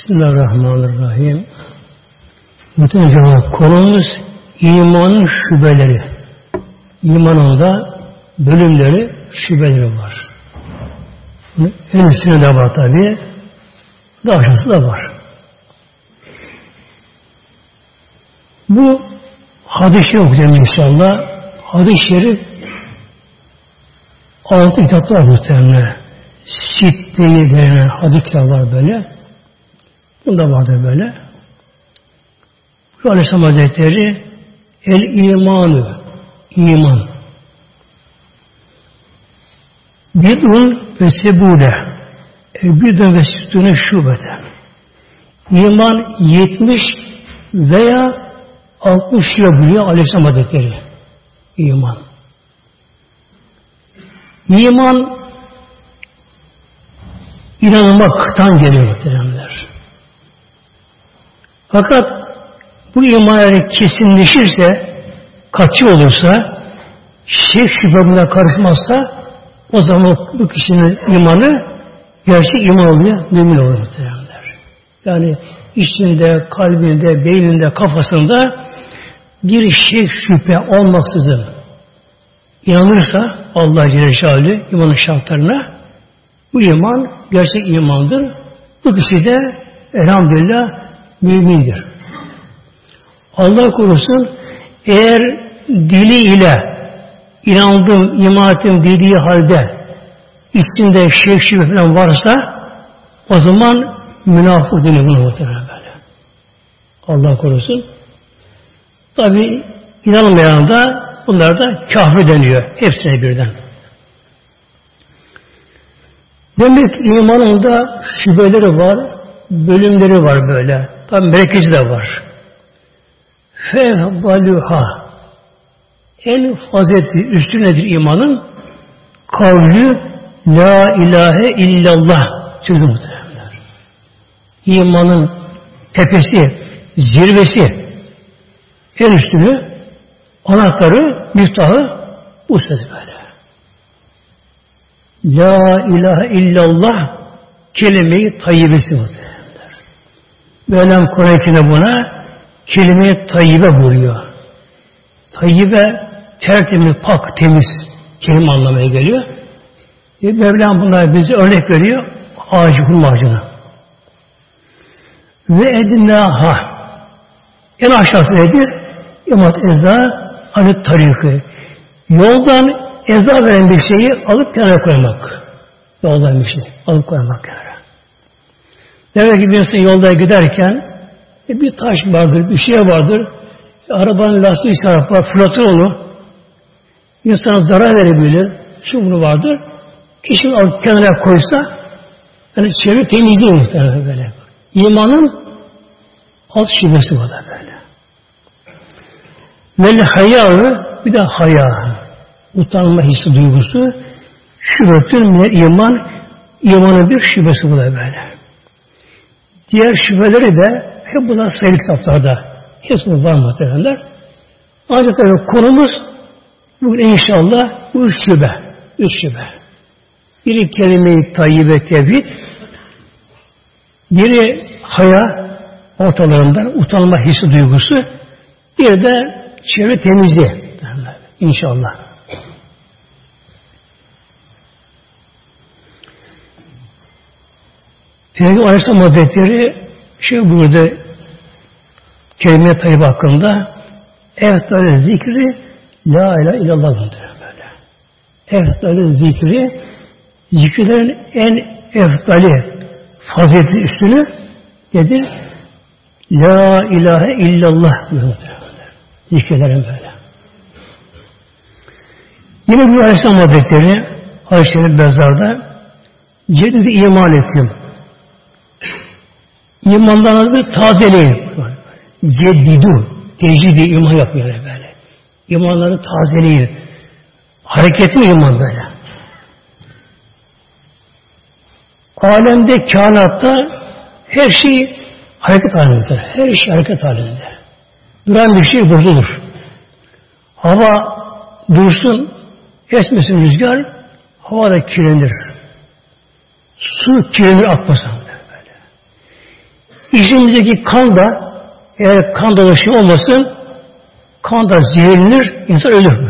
Bismillahirrahmanirrahim. Muhtemelen konumuz imanın şubeleri. İmanın da bölümleri, şubeleri var. En üstüne de var tabi. Daha aşağısı da var. Bu hadis-i okuyacağım inşallah. Hadis-i şerif 6 kitapta var muhtemelen. Sitte-i denen hadis kitap var böyle. Bunda vardır böyle. Aleyhisselam Hazretleri el-imanü iman bid'un ve sebûle bid'un ve sütûne şubeten İman 70 veya 60 şube buluyor Aleyhisselam Hazretleri. İman. İman inanılmaktan geliyor muhteremler. Fakat bu iman eğer kesinleşirse, katı olursa, şek şüphe buna karışmazsa, o zaman bu kişinin imanı gerçek iman oluyor, mümin oluyor muhteremler. Yani içinde, kalbinde, beyninde, kafasında bir şek şüphe olmaksızın inanırsa Allah Celle Şanlı imanın şartlarına, bu iman gerçek imandır. Bu kişi de elhamdülillah mümindir. Allah korusun eğer diliyle inandığım, iman ettiğim dediği halde içinde şek şüphe falan varsa o zaman münafık deniyor bunu muhtemelen böyle. Allah korusun. Tabi inanmayan da bunlar da kafir deniyor. Hepsine birden. Demek ki imanın da şüpheleri var, bölümleri var böyle. Tabi merkezi de var. Fevdaluha en fazileti üstü nedir imanın? Kavlü la ilahe illallah sözü muhtemelenler. İmanın tepesi, zirvesi en üstünü, anahtarı, miftahı bu söz böyle. La ilahe illallah kelime-i tayyibesi muhtemelenler. Mevlam Kur'an-ı buna kelime-i tayyibe buyuruyor. Tayyibe tertemiz, pak, temiz kelime anlamaya geliyor. Mevlam bunlar bize örnek veriyor. Ağacı, hurma ağacına. Ve ednâhâ en aşağısı nedir? İmat ezâ anı tarikı. Yoldan eza veren bir şeyi alıp kenara koymak. Yoldan bir şey alıp koymak kenara. Demek ki bir insan yolda giderken bir taş vardır, bir şey vardır. Arabanın lastiği çarpar, fırlatır onu. İnsana zarar verebilir. Şu bunu vardır. Kişi alıp kenara koysa yani çevre temizliği muhtemelen böyle. İmanın alt şubesi var da böyle. Vel hayâ bir de haya. Utanma hissi duygusu şübhetün minel iman imanın bir şubesi bu da böyle. Diğer şüpheleri de hep bunlar sayılı kitaplarda. Hepsinin var muhtemelenler. Ancak tabii konumuz bugün inşallah bu üç şüphe. Üç şüphe. Biri kelime-i tayyibe tevhid, biri haya ortalarından utanma hissi duygusu, bir de çevre temizliği. İnşallah. Peygamber Aleyhisselam Hazretleri burada kelime-i tayyibe hakkında efdal zikri la ilahe illallah böyle. Efdal zikri zikirlerin en efdali fazileti üstünü nedir? La ilahe illallah diyor. Zikirlerin böyle. Yine bu Aleyhisselam Hazretleri Ayşe-i Bezzar'da cedid-i iman ettim. İmanlarınızı tazeleyin. Ceddidu. Tecdid-i iman yapıyor böyle. İmanları tazeleyin. Hareketli iman böyle. Alemde, kainatta her şey hareket halinde. Her şey hareket halinde. Duran bir şey bozulur. Hava dursun, esmesin rüzgar, hava da kirlenir. Su kirlenir, akmasın böyle. Cisimimizdeki kan da eğer kan dolaşımı olmasın, kan da zehirlenir, insan ölür.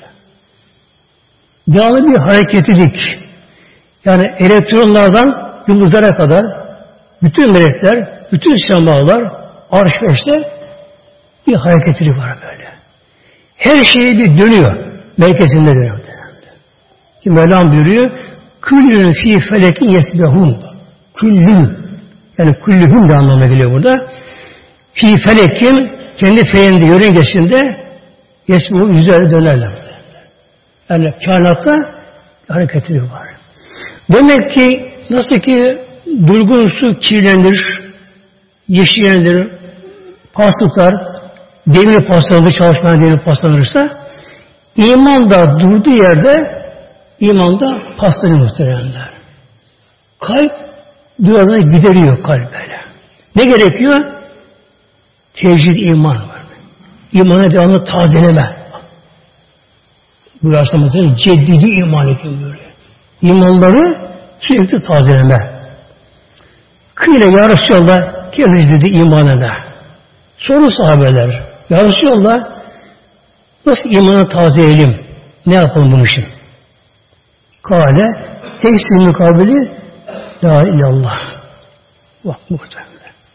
Devamlı bir hareketlilik. Yani elektronlardan yıldızlara kadar bütün melekler, bütün semalar, arşveşler bir hareketlilik var böyle. Her şey bir dönüyor. Merkezinde dönüyor. Ki Mevlam buyuruyor, küllün fî felekin yesbehûn. Küllün. Yani küllühün de anlamına geliyor burada. Fî felekin kendi feyinde, yörüngesinde yesbehûn yüzleri dönerler. Yani kainatta hareketlilik var. Demek ki nasıl ki durgun su kirlenir, yeşillenir, pas tutar, demir paslanır, çalışmayan demir paslanırsa, iman da durduğu yerde iman da paslanır muhteremler. Kalp duvarına gideriyor kalp böyle. Ne gerekiyor? Tevcid iman var. İmanı devamlı tazeleme. Bu yaşamızda ceddidi iman ediyor. İmanları sürekli tazeleme. Kıyla ya Resulallah geliriz dedi imanına. Sonra sahabeler ya Resulallah nasıl imanı tazeleyelim? Ne yapalım bunun için? Kale eksil mukabili la illallah. Bak muhtemelen.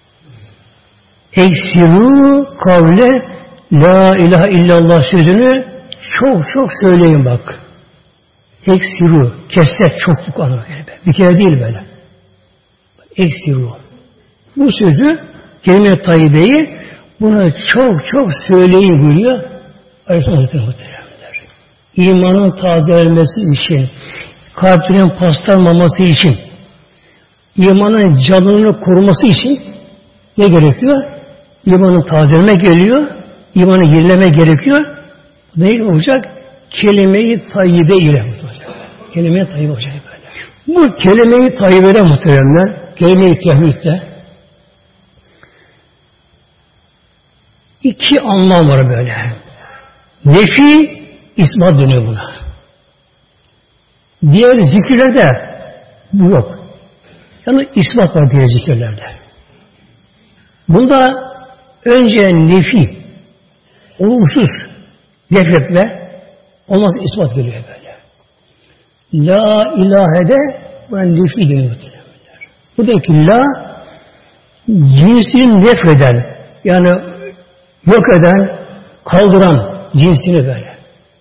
Eksiru kavle la ilahe illallah sözünü çok söyleyin bak. Eksiru, kesret çokluk anlamı. Bir kere değil böyle. Eksiru. Bu sözü kelime-i tayyibeyi buna çok söyleyin buyuruyor. Aleyhisselam Hazretleri muhteremler. İmanın tazelenmesi için, kalbinin paslanmaması için, imanın canını koruması için ne gerekiyor? İmanın tazeleme geliyor, imanı yenileme gerekiyor. Ne olacak? Kelime-i tayyibe ile olacak. Kelime-i tayyibe olacak böyle. Bu kelime-i tayyibede muhteremler, kelime-i tevhidde iki anlam var böyle. Nefi, ispat dönüyor buna. Diğer zikirlerde bu yok. Yani ispat var diğer zikirlerde. Bunda önce nefi, olumsuz nefretme, olmaz ispat geliyor böyle. La ilahede buna nefi deniyor. Buradaki la cinsini nefreden, yani yok eden, kaldıran cinsini böyle.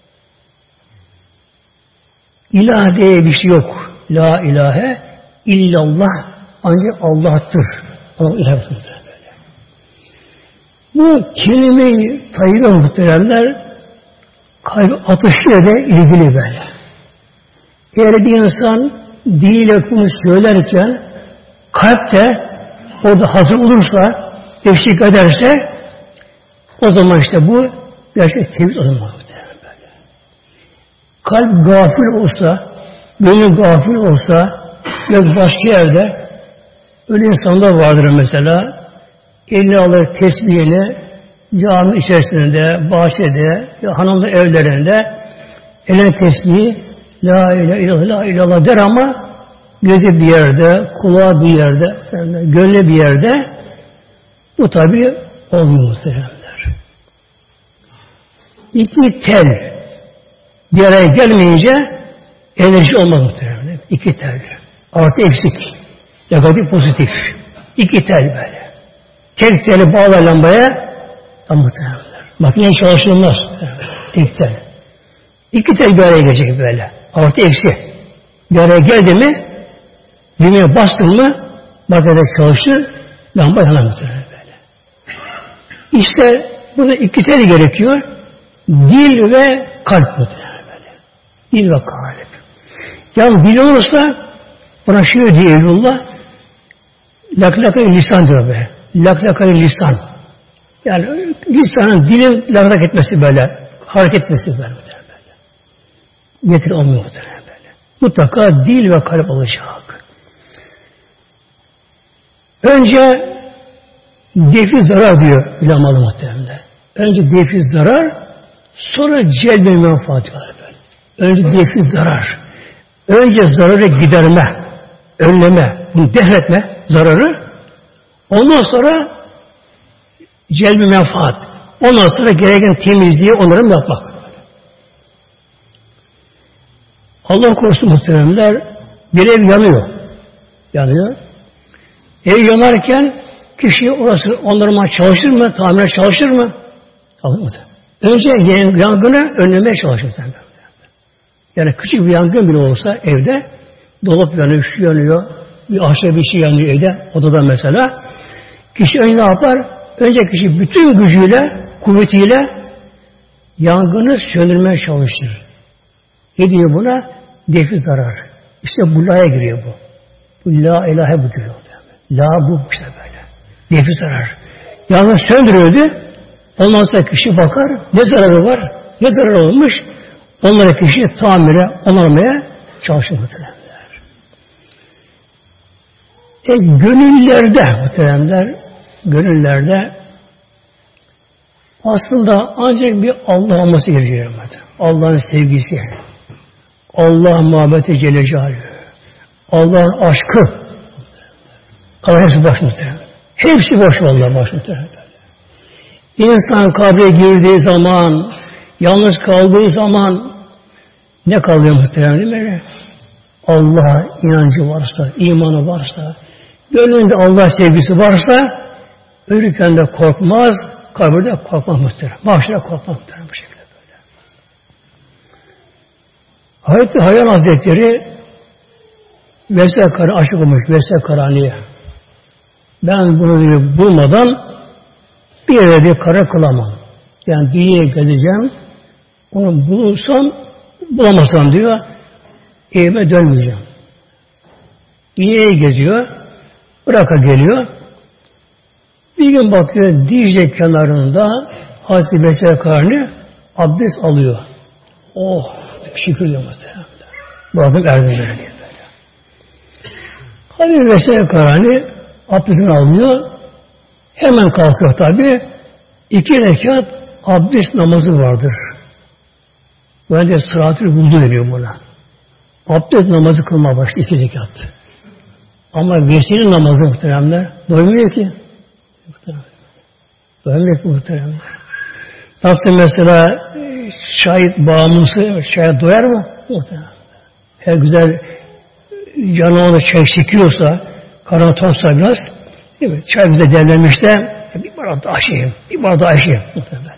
İlah diye bir şey yok. La ilahe illallah ancak Allah'tır. Allah ilah'tır böyle. Bu kelime-i tayyibe muhteremler kalbi atışıyla da ilgili böyle. Eğer bir insan diliyle bunu söylerken kalp de orada hazır olursa, eşlik ederse o zaman işte bu gerçek tevhid o zaman böyle. Kalp gafil olsa, gönül gafil olsa ya başka yerde öyle insanlar vardır mesela eline alır tesbihini cami içerisinde, bahçede, hanımda evlerinde eline tesbihi la ilahe illallah, la illallah der ama gözü bir yerde, kulağı bir yerde, gönlü bir yerde bu tabi olmuyor muhteremler. İki tel bir araya gelmeyince enerji olmaz muhteremler. İki tel. Artı eksik. Negatif pozitif. İki tel böyle. Tek teli bağlar lambaya muhteremler. Makine çalışılmaz. Tek tel. İki tel bir araya gelecek böyle. Artı eksi. Bir araya geldi mi düğmeye bastın mı makine çalışır lamba yanar muhteremler böyle. İşte burada iki tel gerekiyor. Dil ve kalp muhtemelen böyle. Dil ve kalp. Yani dil olursa buna şöyle diye Eylullah laklakayı lisan diyor böyle. Laklakayı lisan. Yani lisanın dilin laklak etmesi böyle. Hareket etmesi böyle. Getir olmuyor muhtemelen böyle. Mutlaka dil ve kalp olacak. Önce defi zarar diyor ulamalı muhtemelen. Önce defi zarar, sonra celbe menfaati var böyle. Önce defi zarar. Önce zararı giderme, önleme, bunu defretme zararı. Ondan sonra celb-i menfaat. Ondan sonra gereken temizliği onların yapmak. Allah korusun muhteremler, bir ev yanıyor. Yanıyor. Ev yanarken kişi orası onarmaya çalışır mı? Tamire çalışır mı? Önce yangını önlemeye çalışır. Yani küçük bir yangın bile olsa evde dolap yanıyor, şu yanıyor, bir ahşap bir şey yanıyor evde, odada mesela. Kişi önce ne yapar? Önce kişi bütün gücüyle, kuvvetiyle yangını söndürmeye çalışır. Ne diyor buna? Defi zarar. İşte bu la'ya giriyor bu. Bu la ilahe bu giriyor. La bu işte böyle. Defi zarar. Yangın söndürüyordu. Ondan sonra kişi bakar, ne zararı var, ne zararı olmuş, onları kişi tamire, onarmaya çalışır muhteremler. Gönüllerde muhteremler, gönüllerde aslında ancak bir Allah olması gerekiyor. Allah'ın sevgisi, Allah muhabbeti Celle Celaluhu, Allah'ın aşkı, kalan hepsi boş muhteremler. Hepsi boş vallahi boş muhteremler. İnsan kabre girdiği zaman, yalnız kaldığı zaman ne kalıyor muhtemelen? Allah inancı varsa, imanı varsa, gönlünde Allah sevgisi varsa, ölürken de korkmaz, kabirde korkmaz muhtemelen. Mahşere korkmaz muhtemelen bu şekilde böyle. Hazreti Hayyan Hazretleri Veysel Karani aşık olmuş, Veysel Karani'ye. Ben bunu bulmadan bir yere bir kara kılamam. Yani dünyaya gezeceğim. Onu bulursam, bulamazsam diyor, evime dönmeyeceğim. Dünyayı geziyor, Irak'a geliyor. Bir gün bakıyor, Dicle kenarında Hazreti Veysel Karani abdest alıyor. Oh, şükür diyor muhtemelen. Bu adım erdim böyle diyor. Hazreti Veysel Karani abdestini alıyor. Hemen kalkıyor tabi. 2 rekat abdest namazı vardır. Böyle sırat-ı buldu deniyor buna. Abdest namazı kılmaya başladı 2 rekat. Ama vesile namazı muhteremler doymuyor ki. Doymuyor ki muhteremler. Nasıl mesela şahit bağımlısı şahit doyar mı? Muhteremler. Her güzel yanına çay çekiyorsa, karnı tonsa biraz, değil mi? Çay bize demlenmiş de bir bardak daha açayım, bir bardak daha açayım. Muhtemelen.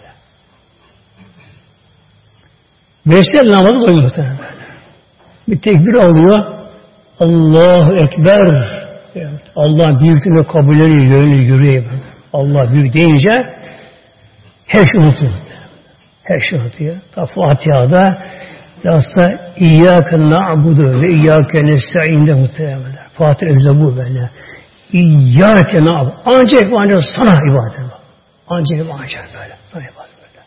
Veysel namazı koyuyor muhtemelen. Bir tekbir alıyor. Allahu Ekber. Evet. Allah büyüklüğünü kabul ediyor, yürüyor. Allah büyük deyince her şey unutuyor. Her şey unutuyor. Ta Fatiha'da yasa İyyâke na'budu ve İyyâke nesta'inde muhtemelen. Fatih özle bu böyle. İyyâke na'budu. Ancak sana ibadet var. Ancak böyle. Sana ibadet böyle.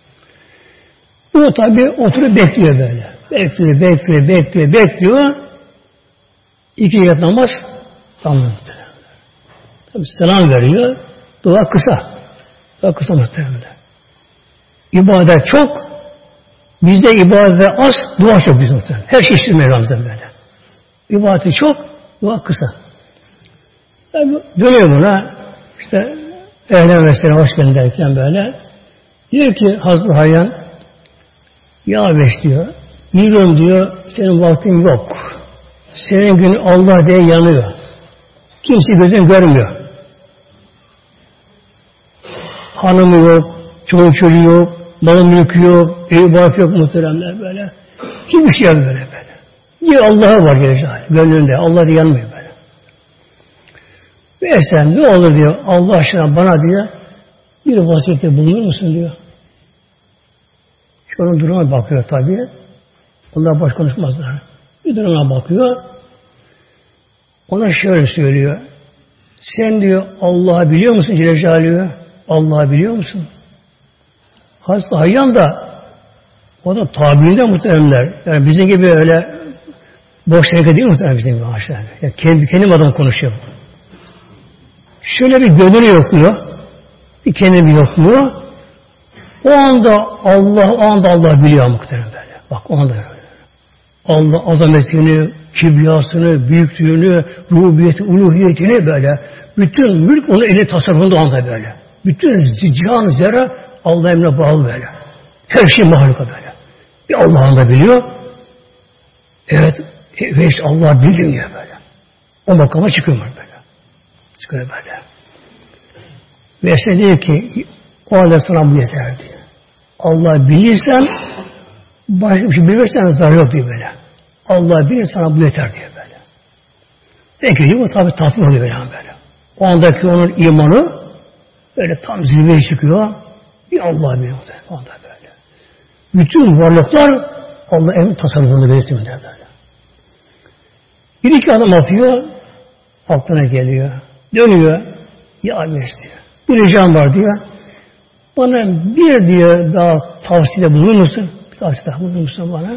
Bu tabi oturup bekliyor böyle. Bekliyor. 2 rekat namaz tamam muhtemelen. Tabi selam veriyor. Dua kısa. Dua kısa muhtemelen. İbadet çok. Bizde ibadet az, dua çok bizim muhtemelen. Her şey istiyor Mevlamızdan böyle. İbadeti çok, dua kısa. Tabi dönüyor buna. İşte ehlen ve selam hoş geldin derken böyle. Diyor ki Hazreti Hayyan, ya beş diyor, yürüyorum diyor, senin vaktin yok. Senin günün Allah diye yanıyor. Kimse gözün görmüyor. Hanımı yok, çoğu çocuğu yok, malı mülkü yok, evi barkı yok muhteremler böyle. Hiçbir şey yok böyle. Bir Allah'a var gelecek gönlünde. Allah diye yanmıyor böyle. Ve sen ne olur diyor, Allah aşkına bana diyor, bir vasiyette bulunur musun diyor. Şu onun duruma bakıyor tabii. Onlar boş konuşmazlar. Bir duruma bakıyor. Ona şöyle söylüyor. Sen diyor Allah'ı biliyor musun Celle Celaluhu? Allah'ı biliyor musun? Hazreti Hayyan da o da tabiinde muhteremler. Yani bizim gibi öyle boş hareket değil muhterem bizim gibi aşağıya. Yani kendim adam konuşuyor. Şöyle bir gönül yokluyor. Bir kendini yokluyor. O anda Allah biliyor muhterem böyle. Bak o anda böyle. Allah azametini, kibriyasını, büyüklüğünü, rububiyeti, uluhiyetini böyle. Bütün mülk onun eli tasarrufunda anda böyle. Bütün cihan zerre Allah emrine bağlı böyle. Her şey mahluka böyle. Bir Allah'ın da biliyor. Evet, ve işte Allah bilmiyor böyle. O makama çıkıyor böyle. Çıkıyor böyle. Ve işte diyor ki o halde sana bu yeter diyor. Allah bilirsen başka bir şey bilirsen zarar yok diyor böyle. Allah bilir sana bu yeter diyor böyle. Peki diyor, o tabi tatmin oluyor böyle. O andaki onun imanı böyle tam zirveye çıkıyor. Bir Allah biliyor o anda böyle. Bütün varlıklar Allah emri tasarrufunda belirtiminde böyle. Bir iki adım atıyor, aklına geliyor. Dönüyor, ya Mesih diyor. Bir ricam var diyor. Bana bir diyor daha tavsiyede bulunur musun? Bir tavsiyede bulunur musun bana?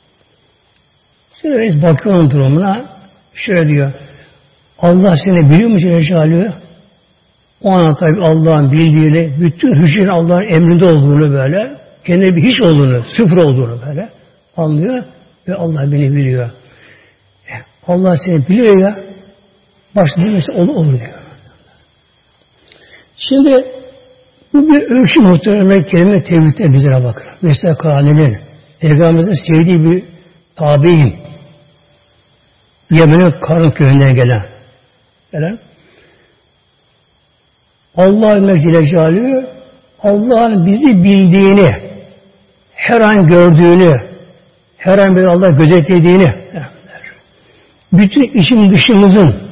Şöyle bakıyor onun durumuna. Şöyle diyor. Allah seni biliyor mu Celle Celaluhu? O an tabi Allah'ın bildiğini, bütün hücrenin Allah'ın emrinde olduğunu böyle, kendine bir hiç olduğunu, sıfır olduğunu böyle anlıyor ve Allah beni biliyor. Allah seni biliyor ya, başta bilmesi olur diyor. Şimdi bu bir ölçü muhtemelen kelime tevhidde bizlere bakın. Mesela Kâne'nin, Peygamberimizin sevdiği bir tabi'in, Yemen'in Karın köyünden gelen. Allah Celle Celaluhu Allah'ın bizi bildiğini, her an gördüğünü, her an bir Allah gözetlediğini, bütün içim dışımızın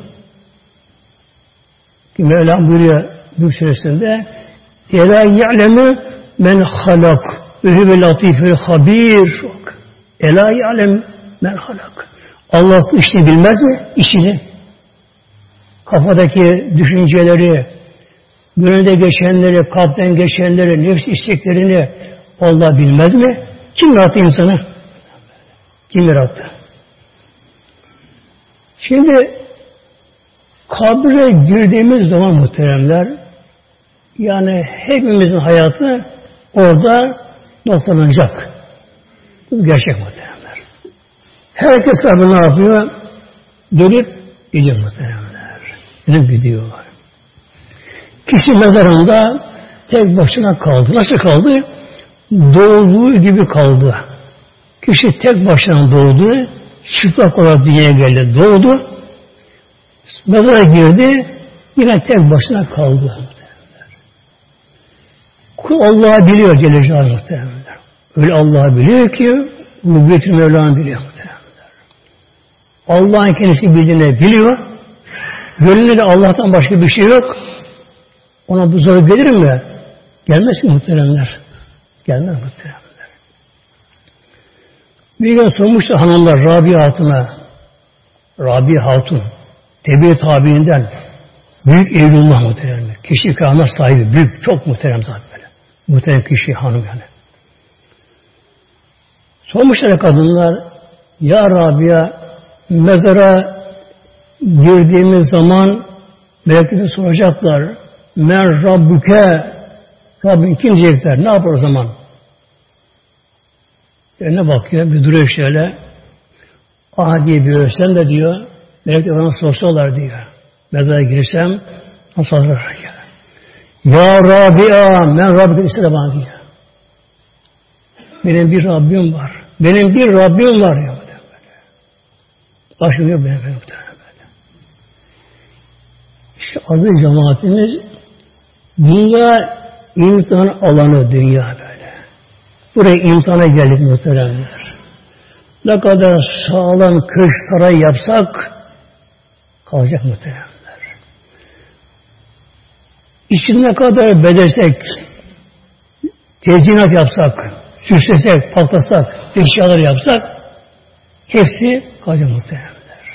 ki Mevlam buyuruyor Büyük Suresinde Ela ya'lemu men halak ve huve latifül habir. Ela ya'lem men halak. Allah işini bilmez mi? İşini. Kafadaki düşünceleri, gönülde geçenleri, kalpten geçenleri, nefs isteklerini Allah bilmez mi? Kim yarattı insanı? Kim yarattı? Şimdi kabre girdiğimiz zaman muhteremler, yani hepimizin hayatı orada noktalanacak. Bu gerçek muhteremler. Herkes tabi ne yapıyor? Dönüp gidiyor muhteremler. Dönüp gidiyor. Kişi mezarında tek başına kaldı. Nasıl kaldı? Doğduğu gibi kaldı. Kişi tek başına doğdu. Çıplak olarak dünyaya geldi. Doğdu. Mezara girdi. Yine tek başına kaldı. Kul Allah'ı biliyor Celle Celaluhu muhteremler. Öyle Allah'ı biliyor ki Nübüvvet-i Mevla'nı biliyor muhteremler. Allah'ın kendisi bildiğini biliyor. Gönlünde de Allah'tan başka bir şey yok. Ona bu zor gelir mi? Gelmez ki muhteremler. Gelmez muhteremler. Bir gün sormuştu hanımlar Rabia Hatun'a. Rabia Hatun. Tebiye tabiinden büyük evlullah muhteremler. Kişi kâhmet sahibi. Büyük, çok muhterem zaten böyle. Muhterem kişi hanım yani. Sormuşlar kadınlar ya Rabia mezara girdiğimiz zaman melekler soracaklar men Rabbuke Rabbin kim diyecekler. Ne yapar o zaman? Yerine bakıyor. Bir duruyor şöyle. Ah diye bir ölsem de diyor. Melekler bana sorsalar diyor. Mezara girsem nasıl alırlar ya. Ya Rabia men Rabbin istedi bana diyor. Benim bir Rabbim var. Benim bir Rabbim var ya. Başlıyor benim böyle. İşte aziz cemaatimiz dünya imtihan alanı dünya böyle. Buraya imtihana geldik muhteremler. Ne kadar sağlam köşk saray yapsak kalacak muhteremler. İçine kadar bedelsek, tezyinat yapsak, süslesek, patlasak, eşyalar yapsak hepsi kalacak muhteremler.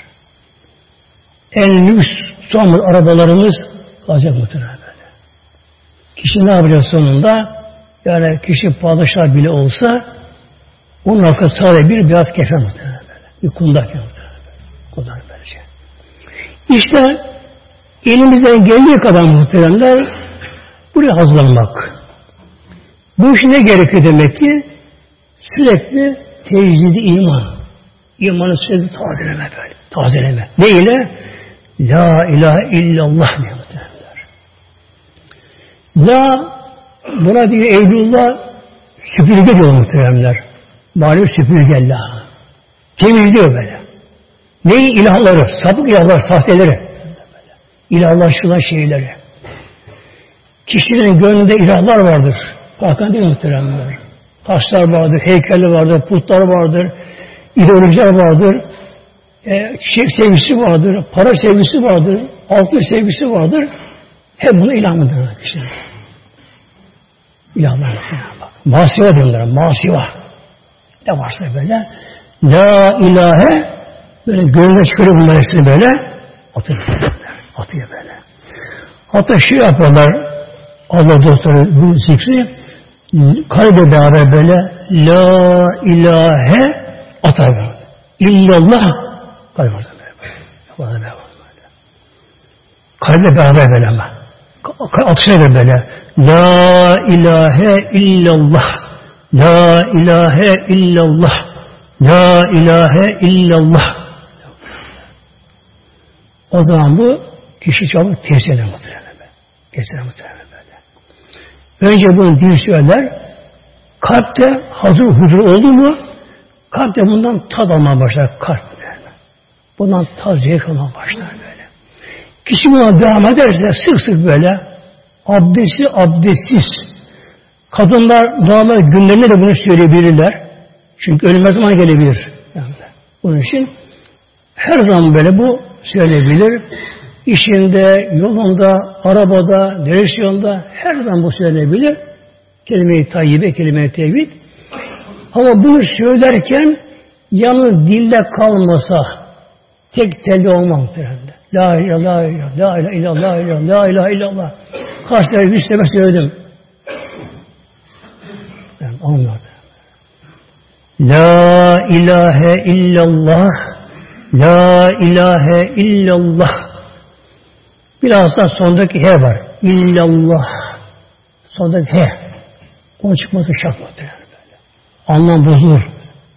En lüks son arabalarımız kalacak muhteremler. Kişi ne yapacak sonunda? Yani kişi padişah bile olsa onun hakkı sadece bir beyaz kefen muhtemelen böyle. Bir kundak muhtemelen böyle. Kundak böylece. İşte elimizden geldiği kadar muhteremler buraya hazırlanmak. Bu iş ne gerekiyor demek ki? Sürekli tecdidi iman. İmanı sürekli tazeleme böyle. Tazeleme. Ne ile? La ilahe illallah diye muhtemelenler. La buna diyor Eylullah süpürge diyor muhtemelenler. Malum süpürge la. Temizliyor böyle. Neyi? İlahları, sapık ilahlar, sahteleri. İlahlaşılan şeyleri. Kişinin gönlünde ilahlar vardır. Farkında değil muhteremler. Taşlar vardır, heykeller vardır, putlar vardır, ideolojiler vardır, çiçek sevgisi vardır, para sevgisi vardır, altın sevgisi vardır. Hep bunu ilah mıdır kişinin? İlahlar bak. Masiva diyorlar, masiva. Ne varsa böyle. La ilahe böyle gönlüne çıkarıyor bunlar hepsini böyle. Atıyor böyle. Hatta şu yaparlar Allah dostları bu zikri kalbe beraber böyle la ilahe atar böyle. İllallah kalbe böyle. Kalbe beraber böyle ama. Atışıyor böyle. La ilahe illallah. La ilahe illallah. La ilahe illallah. O zaman bu kişi çabuk tesir eder muhtemelen. Tesir muhtemelen böyle. Önce bunu dil söyler. Kalpte hazır huzur oldu mu kalpte bundan tad almaya başlar. Kalp yani. Bundan tad zevk almaya başlar böyle. Kişi buna devam ederse sık sık böyle abdestsiz kadınlar normal günlerinde de bunu söyleyebilirler. Çünkü ölüm her zaman gelebilir. Yani. Bunun için her zaman böyle bu söylenebilir. İşinde, yolunda, arabada, direksiyonda her zaman bu söylenebilir. Kelime-i tayyibe, kelime-i tevhid. Ama bunu söylerken yalnız dilde kalmasa tek telde olmam. La ilahe illallah, la ilahe illallah, la ilahe illallah. Kaç tane 100 sefer söyledim. Yani olmadı. La ilahe illallah, la ilahe illallah. Bilhassa sondaki he var. İllallah. Sondaki he. Onun çıkması şart muhtemelen böyle. Anlam bozulur.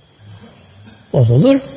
Bozulur.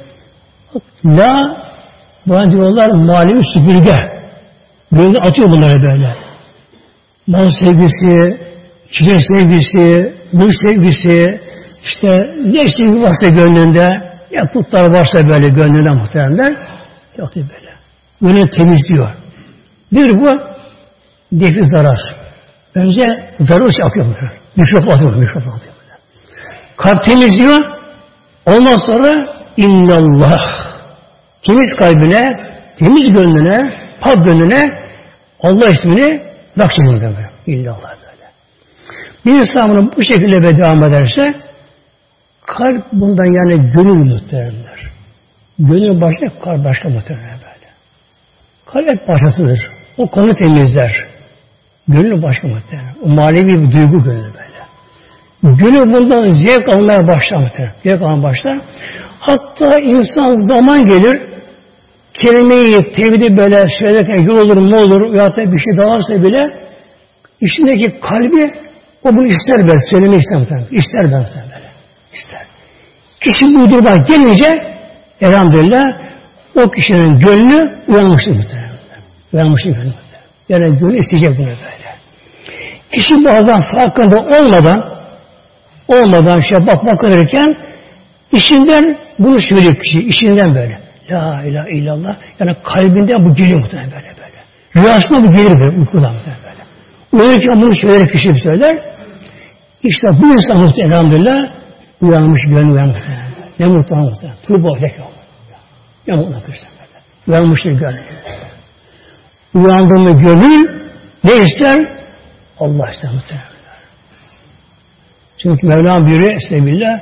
La, buna diyorlar manevi süpürge. Gönlü atıyor bunları böyle. Mal sevgisi, çiçek sevgisi, mülk sevgisi, işte ne sevgi varsa gönlünde, ya putlar varsa böyle gönlünde muhtemelen, yapıyor böyle. Gönlünü temizliyor. Nedir bu? Defi zarar. Önce zarar atıyor. Mikrop atıyor. Kalp temizliyor. Ondan sonra illallah. Temiz kalbine, temiz gönlüne, pak gönlüne Allah ismini nakşediyor böyle. İllallah böyle. Bir insan bunu bu şekilde devam ederse kalp bundan yani gönül muhteremler. Gönül başka, kalp başka muhteremler böyle. Kalp hep başkasıdır. O konu temizler. Gönül başka muhterem. O manevi bir duygu gönül böyle. Gönül bundan zevk almaya başlar muhterem. Zevk almaya başlar. Hatta insan zaman gelir kelimeyi tevhidi böyle söylerken yol olur mu olur ya da bir şey daha varsa bile içindeki kalbi o bunu ister böyle söylemek ister muhterem. İster böyle. İster. Kişi bu duruma gelince elhamdülillah o kişinin gönlü uyanmıştır muhterem. Uyanmıştır gönlü. Yani gönlü isteyecek bunu böyle. Kişi bazen farkında olmadan şey bakırken işinden bunu söylüyor kişi. İşinden böyle. La ilahe illallah. Yani kalbinden bu geliyor muhtemelen böyle. Rüyasında bu gelir böyle. Uykudan muhtemelen böyle. Uyanırken bunu söyler kişi söyler. İşte bu insan muhtemelen elhamdülillah uyanmış, gönlü uyanmış. Ne muhtemelen. Tuğba leke olur. Ya muhtemelen böyle. Uyanmıştır gönlü. Uyandığında gönül ne ister? Allah ister muhtemelen. Çünkü Mevlam buyuruyor Estağfirullah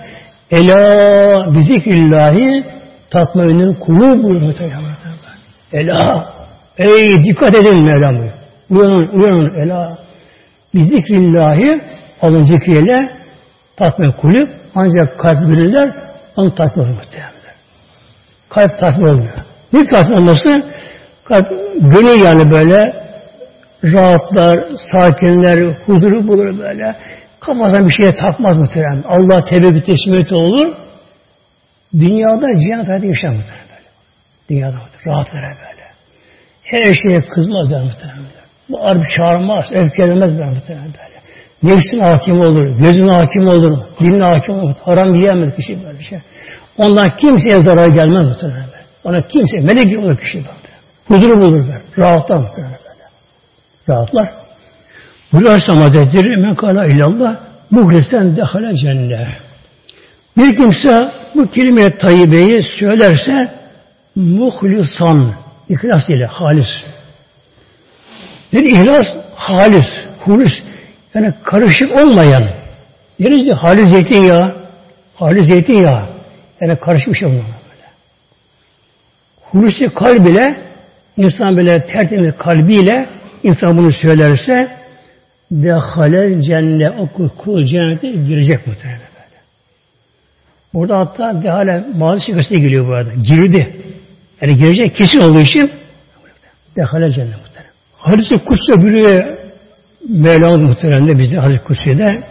Ela bizikrillahi tatmainül kulub buyuruyor muhtemelen. Ela ey dikkat edin Mevlam buyuruyor. Uyanın ela bizikrillahi Allah'ın zikriyle tatmainül kulub ancak kalp gönüller onu tatmin olur muhtemelen. Kalp tatmin olmuyor. Bir tatmin olması kalp gönül yani böyle rahatlar, sakinler, huzuru bulur böyle. Kafasına bir şeye takmaz muhtemelen. Allah tevekkül teslimiyeti olur. Dünyada cennet hayatı yaşamıyor böyle. Dünyada rahatlara böyle. Her şeye kızmazlar muhtemelen. Bağırıp çağırmaz, öfkelenmez muhtemelen böyle. Nefsine hakim olur, gözüne hakim olur, diline hakim olur. Haram yiyemez kişi böyle şey. Ondan kimseye zarar gelmez muhtemelen böyle. Ona kimseye melek gibi olur kişi böyle. Huzuru bulur böyle. Rahatlar muhtemelen böyle. Rahatlar. Buyuruyor Aleyhisselam Hazretleri men kâlâ illallah muhlisen dehale cennet. Bir kimse bu kelime-i tayyibeyi söylerse muhlisan, ihlas ile halis. Bir ihlas halis, hulis. Yani karışık olmayan. Yalnızca halis zeytinyağı, halis zeytinyağı. Yani karışık bir şey olmayan böyle. Hulusi kalbiyle, insan böyle tertemiz kalbiyle insan bunu söylerse dehale cennet, o kul cennete girecek muhtemelen böyle. Burada hatta dehale mazi şikasına geliyor bu arada. Girdi. Yani girecek kesin olduğu için dehale cennet muhtemelen. Hadis-i Kutsi bürüye Mevlamız muhtemelen bize Hadis-i Kutsi'de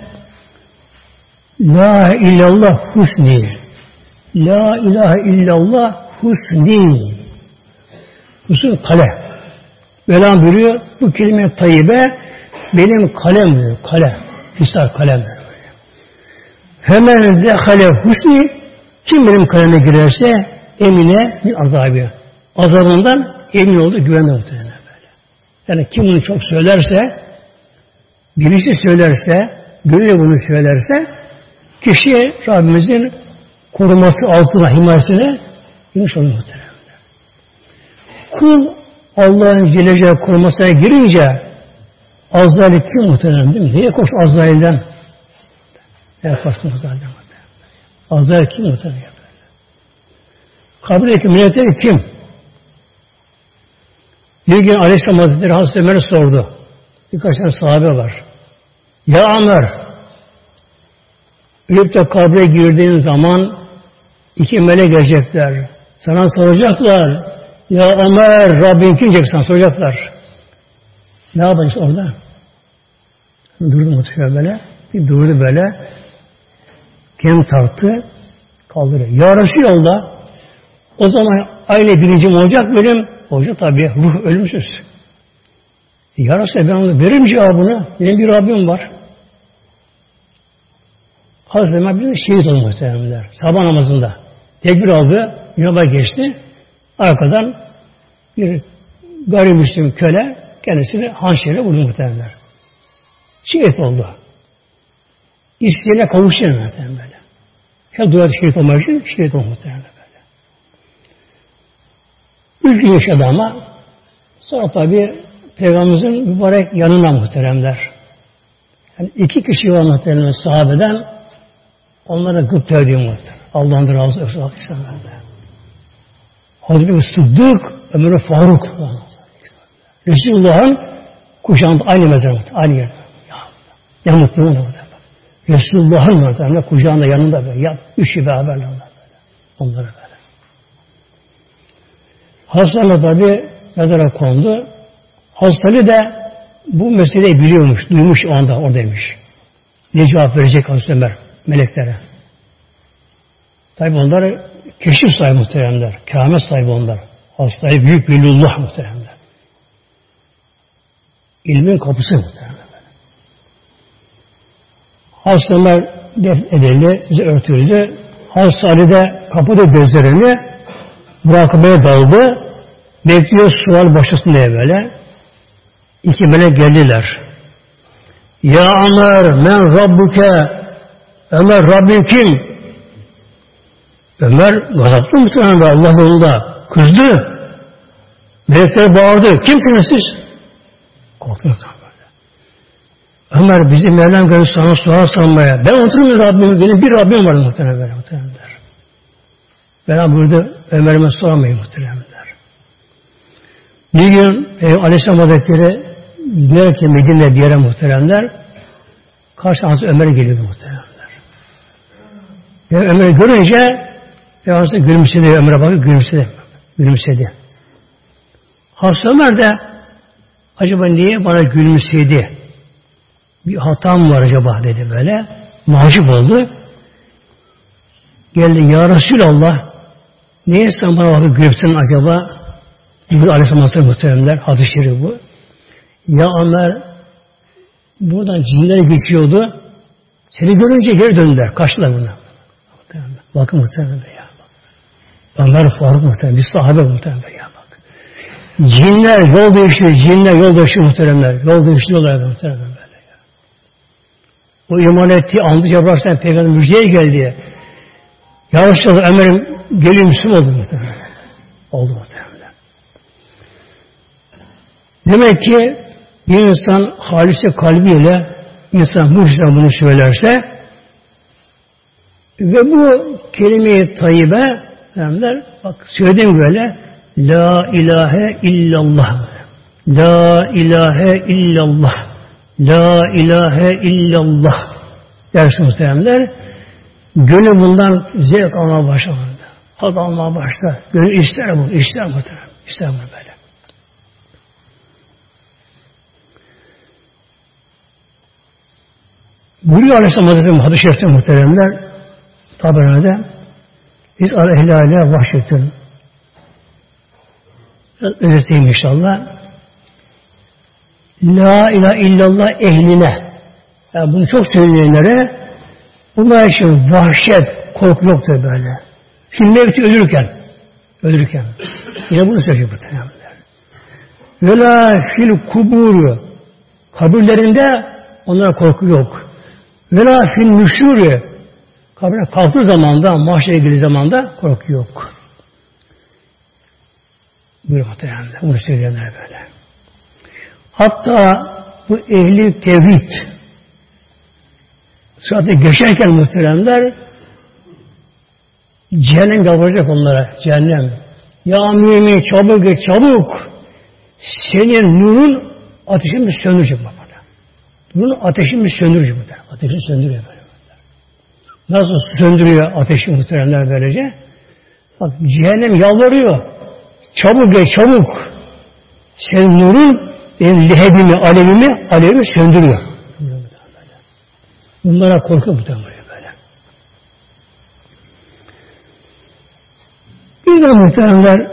La illallah husni. La ilahe illallah husni. Husni kale. Mevlam buyuruyor bu kelime-i tayyibe benim kalem diyor. Kalem. Fisar kalem. Hemen dehale husni kim benim kaleme girerse emine min azabı. Azabından emin oldu, güvende muhtemelen böyle. Yani kim bunu çok söylerse, birisi söylerse, gönülle bunu söylerse, kişi Rabbimizin koruması altına, himayesine inmiş olur muhtemelen. Kul Allah'ın Celle Celaluhu korumasına girince Azrail kim muhtemelen değil mi? Neye koş Azrail'den? Ne yaparsın Azrail'den? Azrail kim muhtemelen? Kabirdeki melekler kim? Bir gün Aleyhisselam Hazretleri Hazreti Ömer'e sordu. Birkaç tane sahabe var. Ya Ömer, ölüp de kabre girdiğin zaman iki melek gelecekler. Sana soracaklar. Ya Ömer, Rabbin kim diyecek sana soracaklar. Ne yapacaksın orada? Durdu mutlaka böyle. Bir durdu böyle. Kendini tarttı. Kaldırıyor. Ya Resulallah, o zaman aynı bilincim olacak benim. Olacak tabii. Ruh ölümsüz. Ya Resulallah ben onu veririm cevabını. Benim bir Rabbim var. Hazreti Ömer bir şehit oldu muhtemelenler. Sabah namazında. Tekbir aldı. Minaba geçti. Arkadan bir gayrimüslim köle kendisini hançerle vurdu muhtemelenler. Şehit oldu. İsteğine kavuştu muhtemelen böyle. Her duada şehit olmak için şehit oldu muhtemelen böyle. 3 gün yaşadı ama sonra tabi Peygamberimizin mübarek yanına muhteremler. Yani 2 kişi var muhteremler sahabeden onlara gıpta ediyor muhterem. Allah'ın da razı olsun. Hazreti Sıddık, Ömer Faruk. Resulullah'ın kuşağında aynı mezar muhterem. Aynı yer. Ya mutlu muhterem. Resulullah'ın muhterem kucağında yanında böyle. Ya 3 gibi haberler onlar böyle. Onlara böyle. Hastalarla tabi mezara kondu. Hastalı da bu meseleyi biliyormuş, duymuş o anda oradaymış. Ne cevap verecek Hazreti Ömer meleklere? Tabi onlar keşif sahibi muhteremler, keramet sahibi onlar. Hastayı büyük bilullah muhteremler. İlmin kapısı muhteremler. Hazreti Ömer def edildi, örtüldü. Hazreti Ali de kapadı gözlerini, murakabeye daldı. Bekliyor sual başlasın diye böyle. 2 melek geldiler. Ya Ömer, men Rabbuke. Ömer, Rabbin kim? Ömer gazaplı muhtemelen Allah yolunda. Kızdı. Melekler bağırdı. Kimsiniz siz? Korktu muhtemelen. Ömer bizim Mevlam geldi sana sual sormaya. Ben oturmuyorum Rabbim. Benim bir Rabbim var muhtemelen. Ben burada Ömer'ime soramayın muhtemelen. Bir gün Aleyhisselam Hazretleri diyor ki Medine'de bir yere muhteremler karşısına Ömer geliyor muhteremler. Ömer'i görünce Hazreti gülümsedi. Ömer'e bakıp gülümsedi. Hazreti Ömer de acaba niye bana gülümsedi? Bir hatam var acaba dedi böyle. Mahcup oldu. Geldi ya Resulallah, niye sen bana vakit göktün acaba? Cibril Aleyhisselam muhteremler, hadis-i şerif bu. Ya Ömer, buradan cinler geçiyordu. Seni görünce geri döndüler. Kaçtılar buna. Bakın muhteremler ya. Onlar Faruk muhterem. Bir sahabe muhteremler ya bak. Cinler yol değiştiriyor. Cinler yol değiştiriyor muhteremler. Yol değiştiriyorlar muhteremler böyle ya. O iman ettiği andı Cebrail Aleyhisselam Peygamber müjdeye geldi. Ya Resulallah Ömer'im geliyor Müslüman oldu muhteremler. Oldu muhteremler. Demek ki bir insan halise kalbiyle insan bu yüzden bunu söylerse ve bu kelime-i tayyibe derler, bak söylediğim böyle La ilahe illallah La ilahe illallah La ilahe illallah dersin muhteremler. Gönül bundan zevk almaya başlar. Haz almaya başlar. Gönül ister bunu, ister muhterem. İster bunu böyle. Buyuruyor Aleyhisselam Hazretleri hadis-i şerifte muhteremler Taberani'de biz al-ehlâle vahşetün özeteyim inşallah. La ilahe illallah ehline yani bunu çok söyleyenlere bunlar için vahşet, korku yoktur böyle. Şimdi mevki ölürken yine bunu söylüyor muhteremler. Ve la fil kuburu kabirlerinde onlara korku yok. Ve la fil nüşûrü kabre kalktığı zamanda, mahşere ilgili zamanda korku yok. Buyurun muhteremler. Bunu söyleyenler böyle. Hatta bu ehli tevhid sıratı geçerken muhteremler cehennem yalvaracak onlara. Cehennem. Ya mümin çabuk geç çabuk. Senin nurun ateşini söndürecek bak. Nurun ateşini söndürecek muhterem. Ateşini söndürüyor böyle. Nasıl söndürüyor ateşi muhteremler böylece? Bak cehennem yalvarıyor. Çabuk gel çabuk. Senin nurun benim lehebimi, alevimi söndürüyor. Bunlara korku muhterem böyle. Bir de muhteremler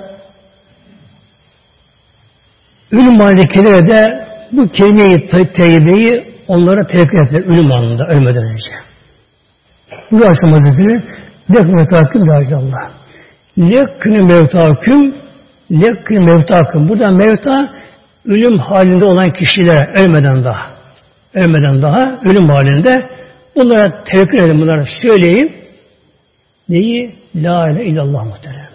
ölüm halindekilere de bu kelime-i teyyibeyi onlara tevekkül ettiler ölüm anında, ölmeden önce. Bu Aleyhisselam Hazretleri lekkû mevtâküm dâcallah. Lekkû mevtâküm. Burada mevta ölüm halinde olan kişilere ölmeden daha ölüm halinde bunlara tevekkül edin, bunlara söyleyin. Neyi? La ilahe illallah muhteremler.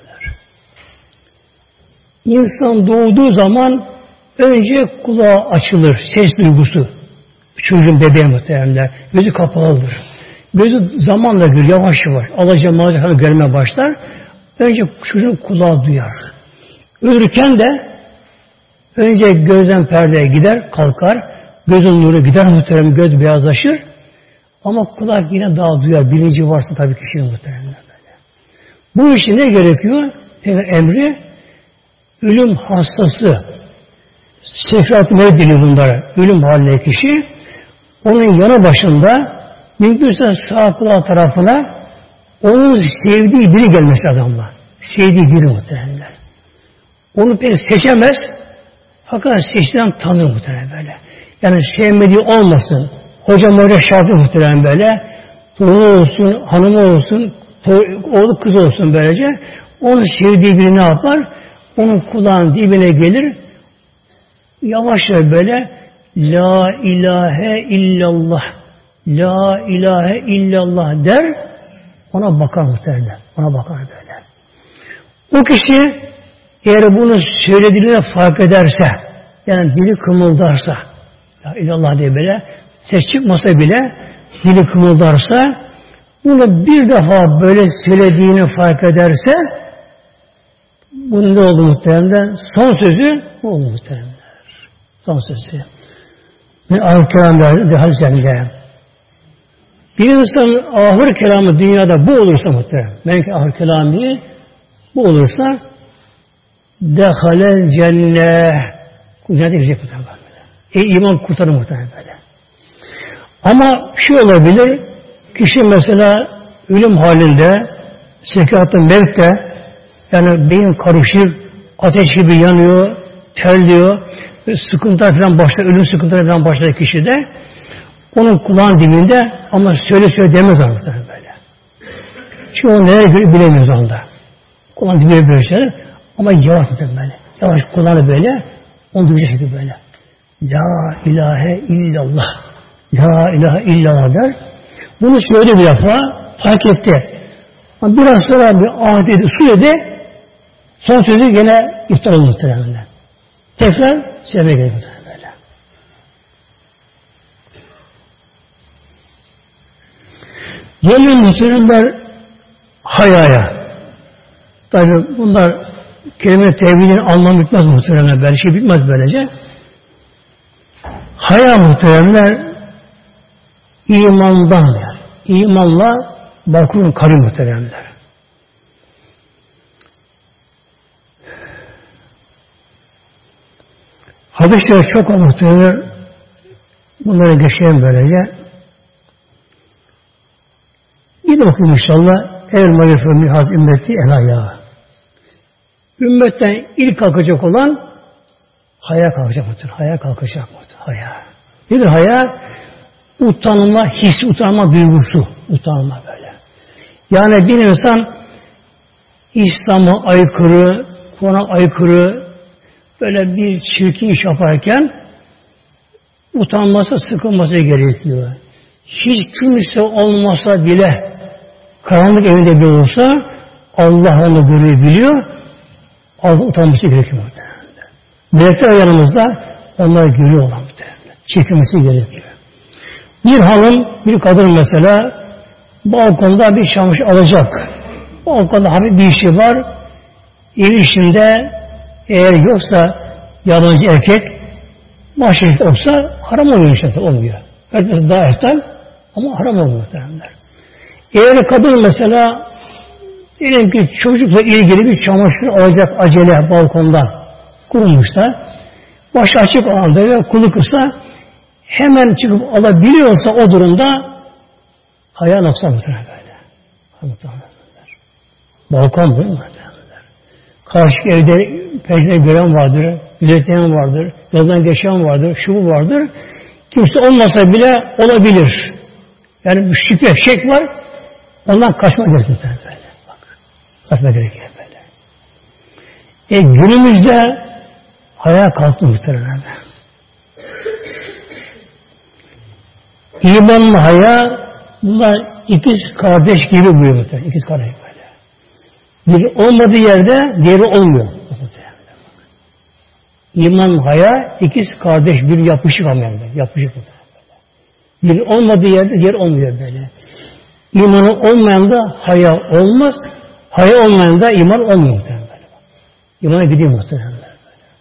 İnsan doğduğu zaman önce kulağı açılır, ses duygusu. Çocuğun bebeği muhteremler. Gözü kapalıdır. Gözü zamanla görür, yavaş yavaş. Alaca mağaza falan görmeye başlar. Önce çocuğun kulağı duyar. Ölürken de önce gözden perdeye gider, kalkar. Gözün nuru gider muhterem, göz beyazlaşır. Ama kulak yine daha duyar. Bilinci varsa tabii kişinin muhteremler böyle. Bu için ne gerekiyor? Emri ölüm hastası sekrat-ı mevt deniyor bunlara. Ölüm halinde kişi onun yanı başında mümkünse sağ kulağı tarafına onun sevdiği biri gelmesi adamla. Sevdiği biri muhteremler. Onu pek seçemez fakat seçtiğinden tanır muhterem böyle. Yani sevmediği olmasın. Hocam öyle şartı muhterem böyle. Torunu olsun, hanımı olsun, oğlu kız olsun böylece. Onu sevdiği biri ne yapar? Onun kulağının dibine gelir. Yavaşça böyle La ilahe illallah La ilahe illallah der. Ona bakar muhtemelen. Ona bakar böyle. O kişi eğer bunu söylediğini fark ederse yani dili kımıldarsa La illallah diye böyle ses çıkmasa bile dili kımıldarsa bunu bir defa böyle söylediğini fark ederse bunun ne oldu muhtemelen? Son sözü bu oldu muhtemelen. Son sözü. Ve ahir-i hadislerinde bir insanın ahir kelamı dünyada bu olursa muhtemelen. Belki ahir kelamı bu olursa dehalel cennet cennete girecek muhtemelen. İman kurtarır muhtemelen böyle. Ama şu olabilir kişi mesela ölüm halinde Sekeratta mevt de yani beyin karışık, ateş gibi yanıyor, terliyor, sıkıntılar falan başlar, ölüm sıkıntıları falan başlar kişide. Onun kulağın dibinde ama söyle demez onu böyle. Çünkü o nereye göre bilemiyoruz onda. Kulağın dibinde böyle şeyler ama yavaş böyle. Yavaş kulağını böyle, onu duyacak şekilde böyle. La ilahe illallah. La ilahe illallah der. Bunu söyledi bir defa, fark etti. Ama biraz sonra bir ahd edip söyledi, son sözü yine iptal oldu muhtemelen. Tekrar söylemeye gerek böyle. Gelin muhtemelen hayaya. Tabi bunlar kelime-i tevhidin anlamı bitmez muhtemelen. Böyle şey bitmez böylece. Haya muhtemelen imandan yani. İmanla bakurun karı muhteremler. Hadisler çok muhteremler. Bunları geçeyim böylece. Yine okuyayım inşallah. El mağfir min haz ümmeti el haya. Ümmetten ilk kalkacak olan haya kalkacak muhterem. Haya kalkacak muhterem. Haya. Nedir haya? Utanma hissi, utanma duygusu. Utanma böyle. Yani bir insan İslam'a aykırı, Kur'an'a aykırı böyle bir çirkin iş yaparken utanması, sıkılması gerekiyor. Hiç kimse olmasa bile karanlık evinde bile olsa Allah onu görüyor, biliyor. Allah utanması gerekiyor. Melekler yanımızda onları görüyor olan çekilmesi gerekiyor. Bir hanım, bir kadın mesela balkonda bir çamaşır alacak. Balkonda hafif bir işi var. Ev işinde eğer yoksa yabancı erkek maşrif olsa haram oluyor işte, olmuyor. Herkes daha ehtal ama haram olmuyor muhtemelenler. Eğer kadın mesela diyelim ki çocukla ilgili bir çamaşır alacak acele balkonda kurulmuş da başı açık alanda ve kulu kısa hemen çıkıp alabiliyorsa o durumda haya noksan muhtemelen böyle. Muhtemelen. Balkon böyle muhtemelen. Karşı evde pencere gören vardır, gözetleyen vardır, yoldan geçen vardır, şu vardır. Kimse olmasa bile olabilir. Yani bir şüphe, şek var. Ondan kaçmak gerekiyor böyle. Bak, kaçmak gerekiyor böyle. Günümüzde haya kalktı muhtemelen. İmanla haya, bunlar ikiz kardeş gibi buyuruyor muhtemelen. İkiz kardeş böyle. Biri olmadığı yerde diğeri olmuyor. İman, haya, ikiz kardeş, bir yapışık ama yani. Yapışık muhtemelen. Biri olmadığı yerde diğeri olmuyor böyle. İmanı olmayan da haya olmaz. Haya olmayan da iman olmuyor muhtemelen böyle. İmana gidiyor muhtemelen böyle.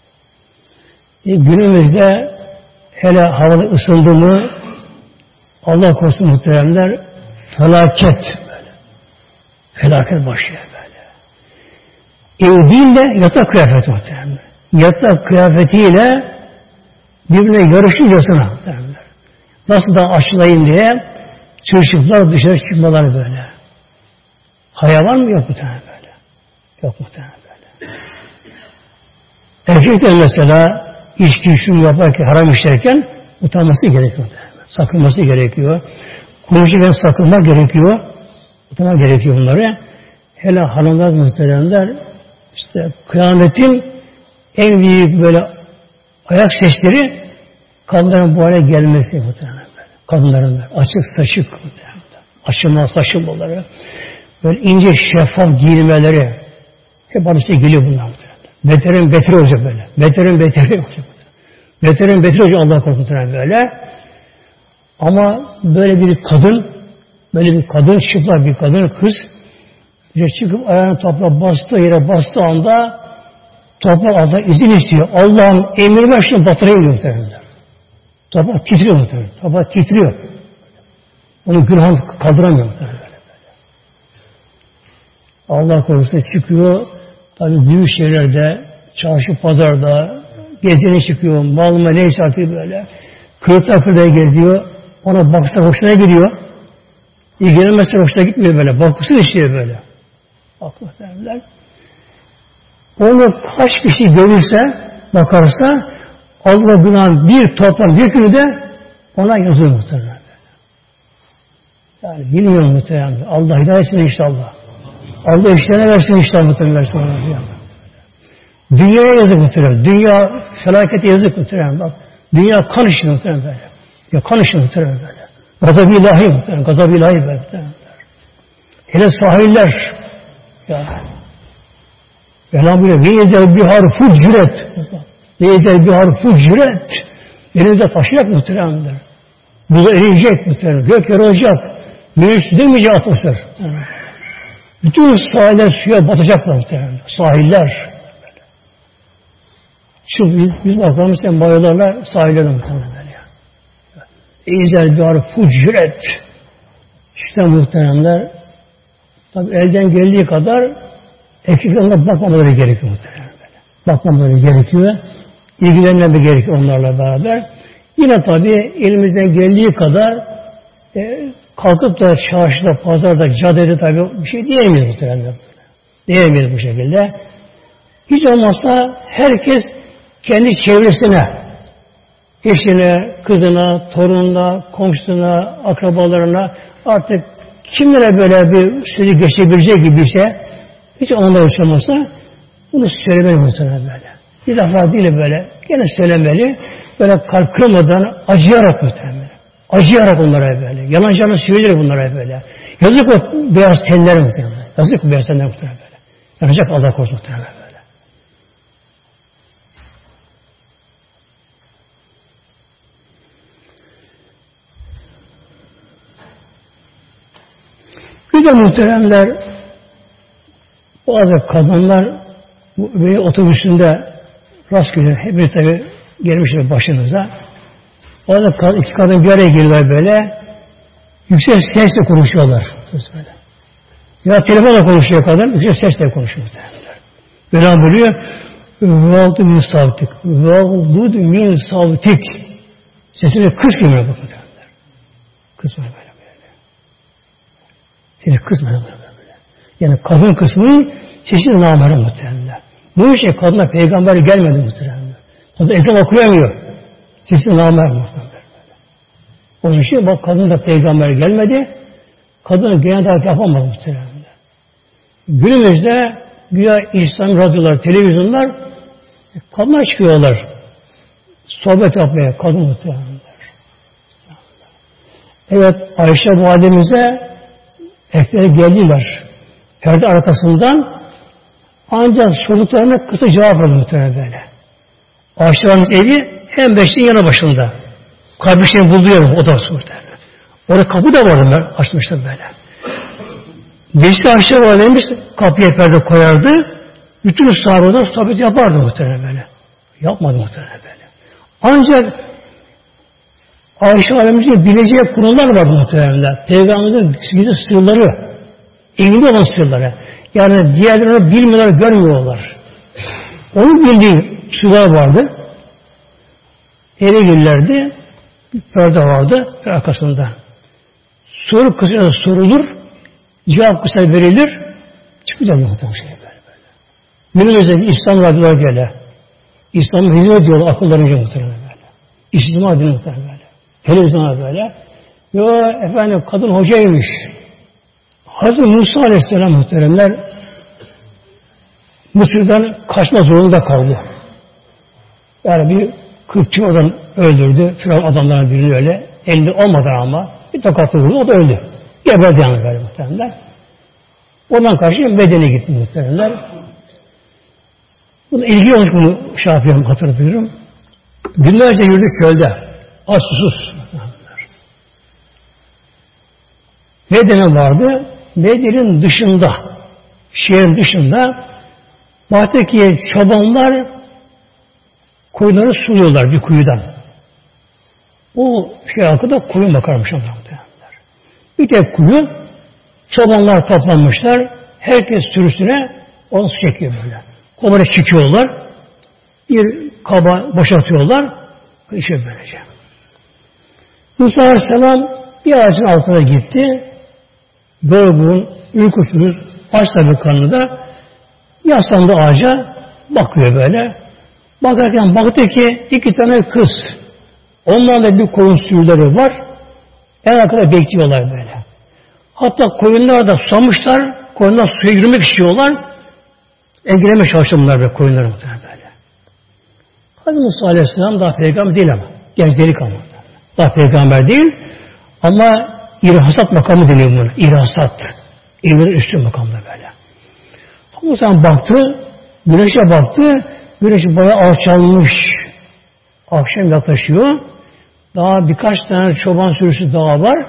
Günümüzde hele havada ısındı mı Allah korusun muhteremler felaket böyle. Felaket başlıyor böyle. Ev değil de yatak kıyafeti muhteremler. Yatak kıyafetiyle birbirine yarışırcasına muhteremler. Nasıl da aşılayayım diye çocuklar dışarı çıkmaları böyle. Haya var mı? Yok muhterem böyle. Yok muhterem böyle. Erkekler mesela içki şunu yaparken, haram işlerken utanması gerekiyor. Sakınması gerekiyor. Konuşurken sakınmak gerekiyor. Utanmak gerekiyor bunları. Hele hanımlar muhteremler işte kıyametin en büyük böyle ayak sesleri kadınların bu hale gelmesi muhteremler. Kadınların açık saçık muhteremler. Açılmaz saçılmaları. Böyle ince şeffaf giyinmeleri. Hep arasında geliyor bunlar muhteremler. Beterin beteri olacak böyle. Beterin beteri olacak. Beterin beteri olacak Allah korusun böyle. Ama böyle bir kadın, çıplak bir kadın, kız, çıkıp ayağını toprağa bastığı yere bastığı anda toprak altına izin istiyor. Allah'ın emri ver şunu batırayım diyor muhtemelen. Toprak titriyor muhtemelen. Toprak titriyor. Onu günahını kaldıramıyor muhtemelen. Allah korusun çıkıyor. Tabii büyük şehirlerde, çarşı pazarda, gezine çıkıyor, mal mı neyse artık böyle. Kırıkta geziyor. Ona bakışta hoşuna gidiyor. İlgilenmezse hoşuna gitmiyor böyle. Bakışsın istiyor böyle. Aklı derler. Onu kaç kişi görürse, bakarsa Allah günahın bir toplam yükünü de ona yazır muhtemelen. Yani bilmiyorum muhtemelen. Allah hidayet etsin inşallah. Allah işlerine versin inşallah muhtemelen. Dünyaya yazık muhtemelen. Dünya felakete yazık muhtemelen. Bak, dünya kan işi muhtemelen böyle. Ya kan işi muhtemelen böyle. Gazab-ı ilahi muhtemelen. Gazab-ı ilahi böyle muhtemelen. Hele sahiller ya Elhamdülillah ve yezel bihar fucret ve yezel bihar fucret elinizde taşıyacak muhteremdir. Bu da eriyecek muhterem. Gök yarılacak. Meclis demeyecek atmosfer. Bütün sahiller suya batacaklar muhterem. Sahiller. Şimdi biz bakalım sen bayalarla sahillere muhterem. Yezel bihar fucret işte muhteremler tabi elden geldiği kadar ekiplerine bakmamaları gerekiyor muhtemelen. Bakmamaları gerekiyor. İlgilenmeleri gerekiyor onlarla beraber. Yine tabii elimizden geldiği kadar kalkıp da çarşıda, pazarda, caddede tabii bir şey diyemeyiz muhtemelen. Diyemeyiz bu şekilde. Hiç olmazsa herkes kendi çevresine, eşine, kızına, torununa, komşusuna, akrabalarına artık kimlere böyle bir sözü geçebilecek gibi bir şey hiç onlara uçamazsa bunu söylemeli muhtemelen böyle. Bir defa değil böyle. Gene söylemeli. Böyle kalp kırmadan acıyarak muhtemelen. Acıyarak onlara böyle. Yalancağını söyler bunlara böyle. Yazık o beyaz tenlere muhtemelen. Yazık o beyaz tenlere muhtemelen böyle. Yanacak Allah korusun muhtemelen böyle. Bir de muhteremler bazı kadınlar böyle otobüsünde rastgele hepimiz tabi gelmişler başınıza. Bazı iki kadın bir araya geliyorlar böyle yüksek sesle konuşuyorlar. Böyle. Ya telefonla konuşuyor kadın, yüksek sesle konuşuyor muhteremler. Böyle buyuruyor Vâldü min savtik Vâldü min savtik sesini kısmıyor böyle muhteremler. Kısmıyor böyle. Seni kısmıyor böyle. Yani kadın kısmı çeşitli namerem muhtemelen. Bu işe kadına peygamber gelmedi muhtemelen. Kadın ezan okuyamıyor. Çeşitli namerem muhtemelen. Onun için bak kadın da peygamber gelmedi. Kadın genel yapamadı muhtemelen. Günümüzde güya İslam radyolar, televizyonlar kadınlar çıkıyorlar. Sohbet yapmaya kadın muhtemelen. Evet Ayşe validemize erkekler geldiler. Perde arkasından ancak sorduklarına kısa cevap verdi muhtemelen böyle. Ayşe'nin evi hem beşliğin yanı başında. Kardeşlerini bulduğu yer odası muhtemelen. Orada kapı da vardı ben açmıştım böyle. Geçti Ayşe validemiz kapıya perde koyardı. Bütün sahada sohbet yapardı muhtemelen böyle. Yapmadı muhtemelen böyle. Ancak Ayşe validemizin bileceği kurallar vardı muhtemelen. Peygamberimizin gizli sırları, evinde olan sırları. Yani diğerlerini bilmiyorlar, görmüyorlar. Onun bildiği sırlar vardı. Eve gelirlerdi. Bir perde vardı arkasında. Soru kısaca sorulur. Cevap kısa verilir. Çıkacak muhtemelen şey böyle. Günümüzde İslam radyoları böyle. İslam'ın hizmet ediyorlar akıllarınca muhtemelen böyle. İslam'a adını muhtemelen böyle. Televizyona böyle. Yo efendim kadın hocaymış. Hazreti Musa Aleyhisselam muhteremler Mısır'dan kaçma zorunda kaldı. Yani bir Kıpçı oradan öldürdü. Firavun adamlarının birini öyle. Elinde olmadan ama bir tokatlı vurdu. O da öldü. Geberdi yani böyle muhteremler. Ondan karşı Medine'ye gitti muhteremler. Bu da ilgili olmuş bunu şey yapıyorum, hatırlıyorum. Günlerce yürüdü çölde. Az susuz. Medine vardı. Medine'nin dışında, şehrin dışında bahtaki çobanlar koyunları suluyorlar bir kuyudan. O şey halkı koyun bakarmış onlar. Bir tek kuyu, çobanlar toplanmışlar. Herkes sürüsüne onu su çekiyor böyle. Kovara çekiyorlar. Bir kaba boşaltıyorlar. İşe böylece. Musa Aleyhisselam bir ağacın altına gitti. Yorgun, uykusuz, Aç tabi karnı da. Yaslandı ağaca. Bakıyor böyle. Bakarken baktı ki 2 tane kız. Onların da bir koyun sürüleri var. En arkada bekliyorlar böyle. Hatta koyunlar da susamışlar. Koyunlar suya girmek istiyorlar. Engellemeye çalışıyor bunlar böyle koyunları muhtemelen böyle. Hazreti Musa Aleyhisselam daha peygamber değil ama. Genç delikanlı. Daha peygamber değil. Ama irhasat makamı deniyor buna. İrhasat. İlminin üstü makamda böyle. Musa baktı. Güneşe baktı. Güneş bayağı alçalmış. Akşam yaklaşıyor. Daha birkaç tane çoban sürüsü daha var.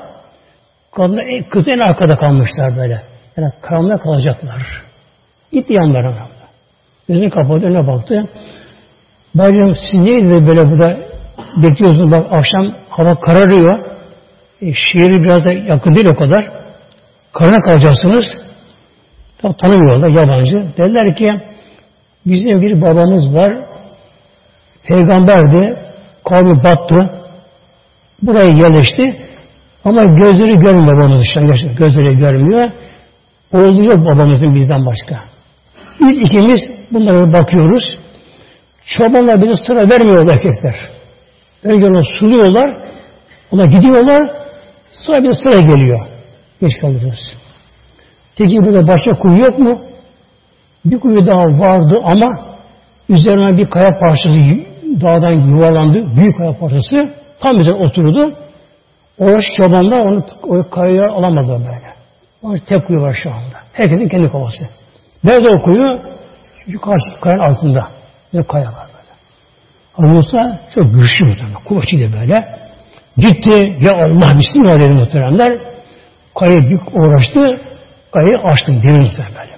Kız en arkada kalmışlar böyle. Yani karanlığa kalacaklar. Gitti yanlarına. Gözünü kapadı, önüne baktı. Bacım siz neydi böyle burada bekliyorsunuz? Bak akşam hava kararıyor. Şehri biraz da yakın değil o kadar. Karına kalacaksınız. Tabi tanımıyorlar, yabancı. Derler ki bizim bir babamız var. Peygamberdi. Kavmi battı. Buraya yerleşti. Ama gözleri görmüyor babamız işte. Gözleri görmüyor. Oğlu yok babamızın bizden başka. Biz ikimiz bunlara bakıyoruz. Çobanlar bize sıra vermiyorlar erkekler. Önce onu suluyorlar. Ona gidiyorlar. Sonra bir sıra geliyor. Geç kalıyoruz. Peki burada başka kuyu yok mu? Bir kuyu daha vardı ama üzerine bir kaya parçası dağdan yuvarlandı. Büyük kaya parçası tam üzerine oturdu. Orası çobanlar onu o kayaya alamadılar böyle. Onun tek kuyu var şu anda. Herkesin kendi kovası. Nerede o kuyu? Yukarı kayanın altında. Bir kaya var böyle. Ama Musa çok güçlü muhtemelen. Kuvvetli böyle. Gitti. Ya Allah Bismillah dedi muhteremler. Kayayı bir uğraştı. Kayayı açtım. Derin muhtemelen böyle.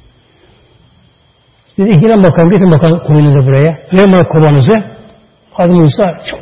Dedi girin bakalım. Getirin bakalım kuyunuzu buraya. Girin bakalım kovanızı. Hadi Musa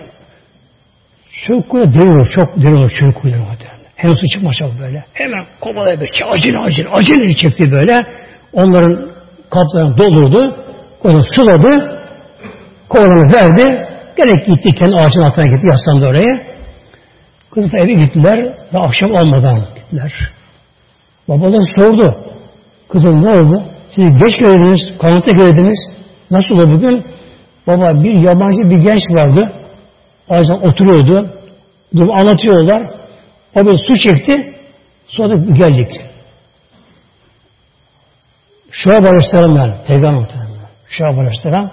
çok kuyuda derin olur. Çok derin olur. Çocuk kuyuda muhtemelen. Hem su çıkmayacak böyle. Hemen kovalaya böyle acele çekti böyle. Onların kaplarını doldurdu. Onu suladı. Kovanı verdi. Gerek gitti kendi ağacın altına gitti. Yaslandı oraya. Kızı eve gittiler. Ve akşam olmadan gittiler. Babalar sordu. Kızım ne oldu? Siz geç geldiniz. Karanlıkta geldiniz. Nasıl oldu bugün? Baba bir yabancı bir genç vardı. Ağaçtan oturuyordu. Durumu anlatıyorlar. O bir su çekti. Sonra da geldik. Şuayb Aleyhisselam yani. Peygamber Şuayb Aleyhisselam.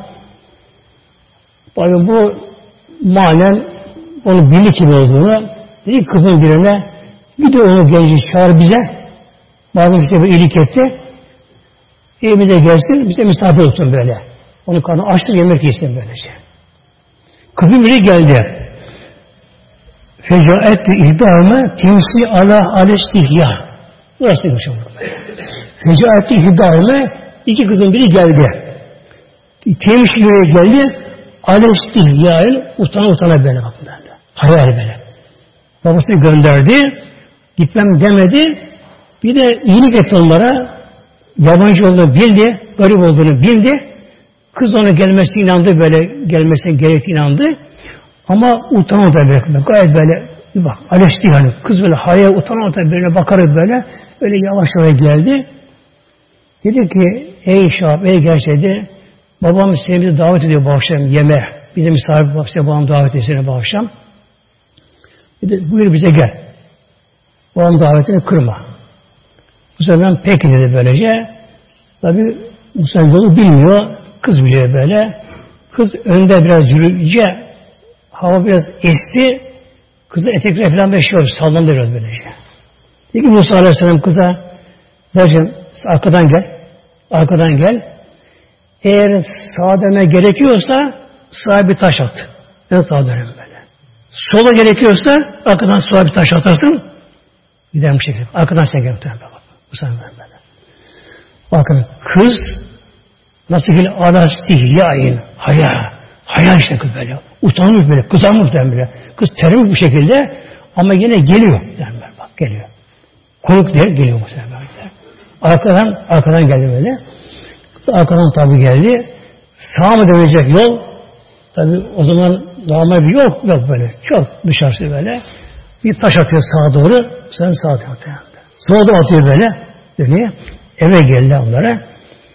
Tabi bu manen onu bildi kim olduğunu. Dedi kızın birine bir de onu genci çağır bize. Bazen işte bir iyilik etti. Evimize gelsin, bize misafir olsun böyle. Onun karnı açtır, yemek yesin böylece. Kızın biri geldi. Fecaetti ihdâme temsi ala alestihya. Burası demiş olur. Fecaetti ihdâme iki kızın biri geldi. Temsiye geldi. Alestihya utana böyle bakın derdi. Hayal böyle. Babasını gönderdi. Gitmem demedi. Bir de iyilik etti onlara. Yabancı olduğunu bildi. Garip olduğunu bildi. Kız ona gelmesine inandı böyle. Gelmesine gerektiğine inandı. Ama utanmadı böyle. Gayet böyle bak aleşti yani. Kız böyle hayal utanmadı böyle bakarak böyle. Öyle yavaş yavaş geldi. Dedi ki ey Şahap ey genç dedi. Babam seni bize davet ediyor bu akşam yeme. Bize misafir babam davet ediyor seni bu akşam. Dedi buyur bize gel. Babam davetini kırma. Bu sefer peki dedi böylece. Tabi Musa yolu bilmiyor. Kız biliyor böyle. Kız önde biraz yürüyünce hava biraz esti. Kızın etekleri falan bir şey oldu. Sallandı biraz böylece. Dedi ki Musa Aleyhisselam kıza bacım arkadan gel. Arkadan gel. Eğer sağa dönme gerekiyorsa sağa bir taş at. Ben sağa dönerim böyle. Sola gerekiyorsa arkadan sola bir taş atarsın. Gidelim bu şekilde. Arkadan sen gel. Bu sefer böyle. Bakın kız nasıl ki alastihyain haya işte kız böyle. Utanmış böyle. Kızarmış böyle. Kız termiş bu şekilde ama yine geliyor. Bak geliyor. Koruk der geliyor bu sefer böyle. Arkadan geldi böyle. Arkadan tabi geldi. Sağa mı dönecek yol? Tabi o zaman normal bir yol yok böyle. Çok dışarısı böyle. Bir taş atıyor sağa doğru. Sen sağa atıyor. Sola da atıyor böyle. Dönüyor. Eve geldi onlara.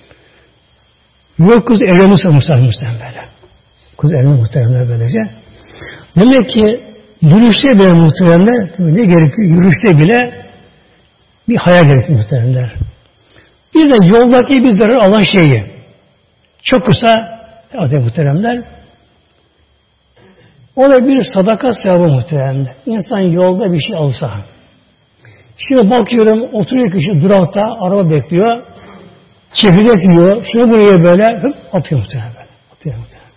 Yok kız evlenmiş muhtemelen böyle. Kız evlenmiş muhtemelen böylece. Demek ki yürüyüşte bile muhtemelen ne gerekiyor? Yürüyüşte bile bir hayal gerekiyor muhtemelen. Bir de yoldaki bir zarar alan şeyi. Çok kısa adı muhteremler. O da bir sadaka sevabı muhteremler. İnsan yolda bir şey alsa. Şimdi bakıyorum oturuyor kişi durakta araba bekliyor. Çekirdek yiyor. Şunu buraya böyle hıp atıyor muhteremler. Atıyor muhteremler.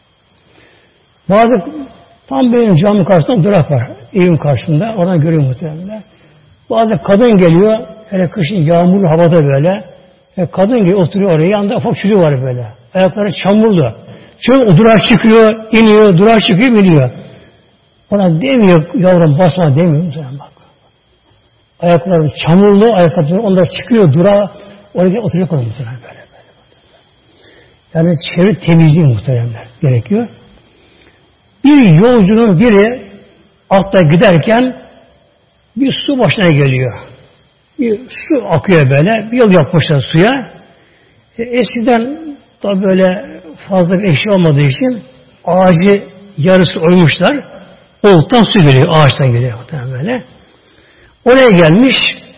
Bazı tam benim camın karşısında durak var. Evim karşımda. Oradan görüyorum muhteremler. Bazı kadın geliyor. Hele kışın yağmurlu havada böyle. Kadın geliyor oturuyor oraya. Yanında ufak çocuğu var böyle. Ayakları çamurlu. Şöyle durak çıkıyor, iniyor, durak çıkıyor, iniyor. Ona demiyor, yavrum basma demiyor muhtemelen bak. Ayakları çamurlu, ayakkabıları onlar çıkıyor, durağa, oraya oturuyor muhtemelen böyle. Yani çevre temizliği muhteremler gerekiyor. Bir yolcunun biri altta giderken bir su başına geliyor. Bir su akıyor böyle, bir yol yapmışlar suya. Eskiden da böyle fazla bir eşya olmadığı için ağacı yarısı oymuşlar. Oluktan su geliyor, ağaçtan geliyor böyle. Oraya gelmiş,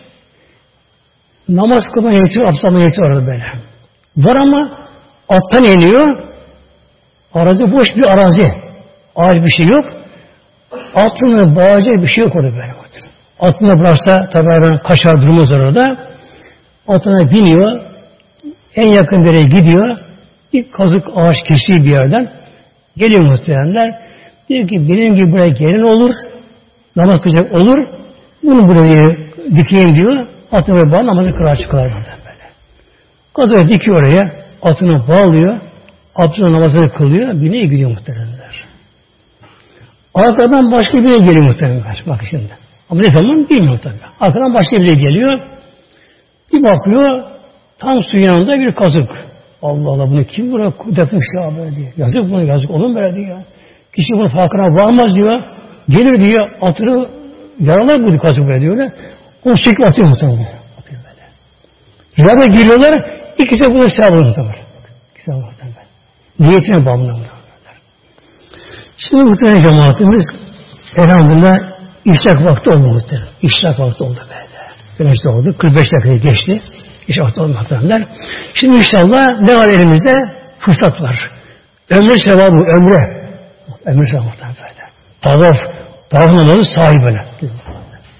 namaz kılma niyeti, abdest alma niyeti orada böyle. Var ama alttan iniyor, arazi boş bir arazi. Ağaç bir şey yok. Altını bağlayacak bir şey yok orada böyle. Altına bıraksa tabi kaşar durmaz orada. Altına biniyor, en yakın bir yere gidiyor. Bir kazık ağaç kesiyor bir yerden. Geliyor muhtemelenler. Diyor ki benim gibi buraya gelin olur. Namaz kılacak olur. Bunu buraya dikeyim diyor. Atını bağlı namazı kırar çıkar böyle. Kazığı dikiyor oraya. Atını bağlıyor. Atını namazını kılıyor. Bineye gidiyor muhtemelenler. Arkadan başka biri geliyor muhtemelenler. Bak şimdi. Ama ne zaman bilmiyorum tabii. Arkadan başka biri geliyor. Bir bakıyor. Tam suyun yanında bir kazık. Allah Allah bunu kim buraya defmiş ya böyle diyor. Yazık bunu yazık olur mu böyle diyor. Kişi bunun farkına varmaz diyor. Gelir diyor atını yaralar bu kazık böyle diyor. Onu çekip atıyor muhtemelen. Atıyor böyle. Ya da giriyorlar ikisi bunu sevabı muhtemelen. İkisi muhtemelen. Niyetine bağımlı muhtemelen. Şimdi muhtemelen cemaatimiz elhamdülillah işrak vakti oldu muhtemelen. İşrak vakti oldu böyle. Güneş doğdu. 45 dakika geçti. İnşallah olmaktadır. Şimdi inşallah ne var elimizde? Fırsat var. Ömre sevabı, ömre. Ömre sevabı böyle. Tavaf namazı sahibine.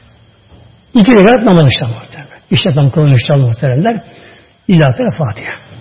2 rekat namaz inşallah muhtemelen. İşte tam kılın inşallah muhteremler. İlahi Fatiha.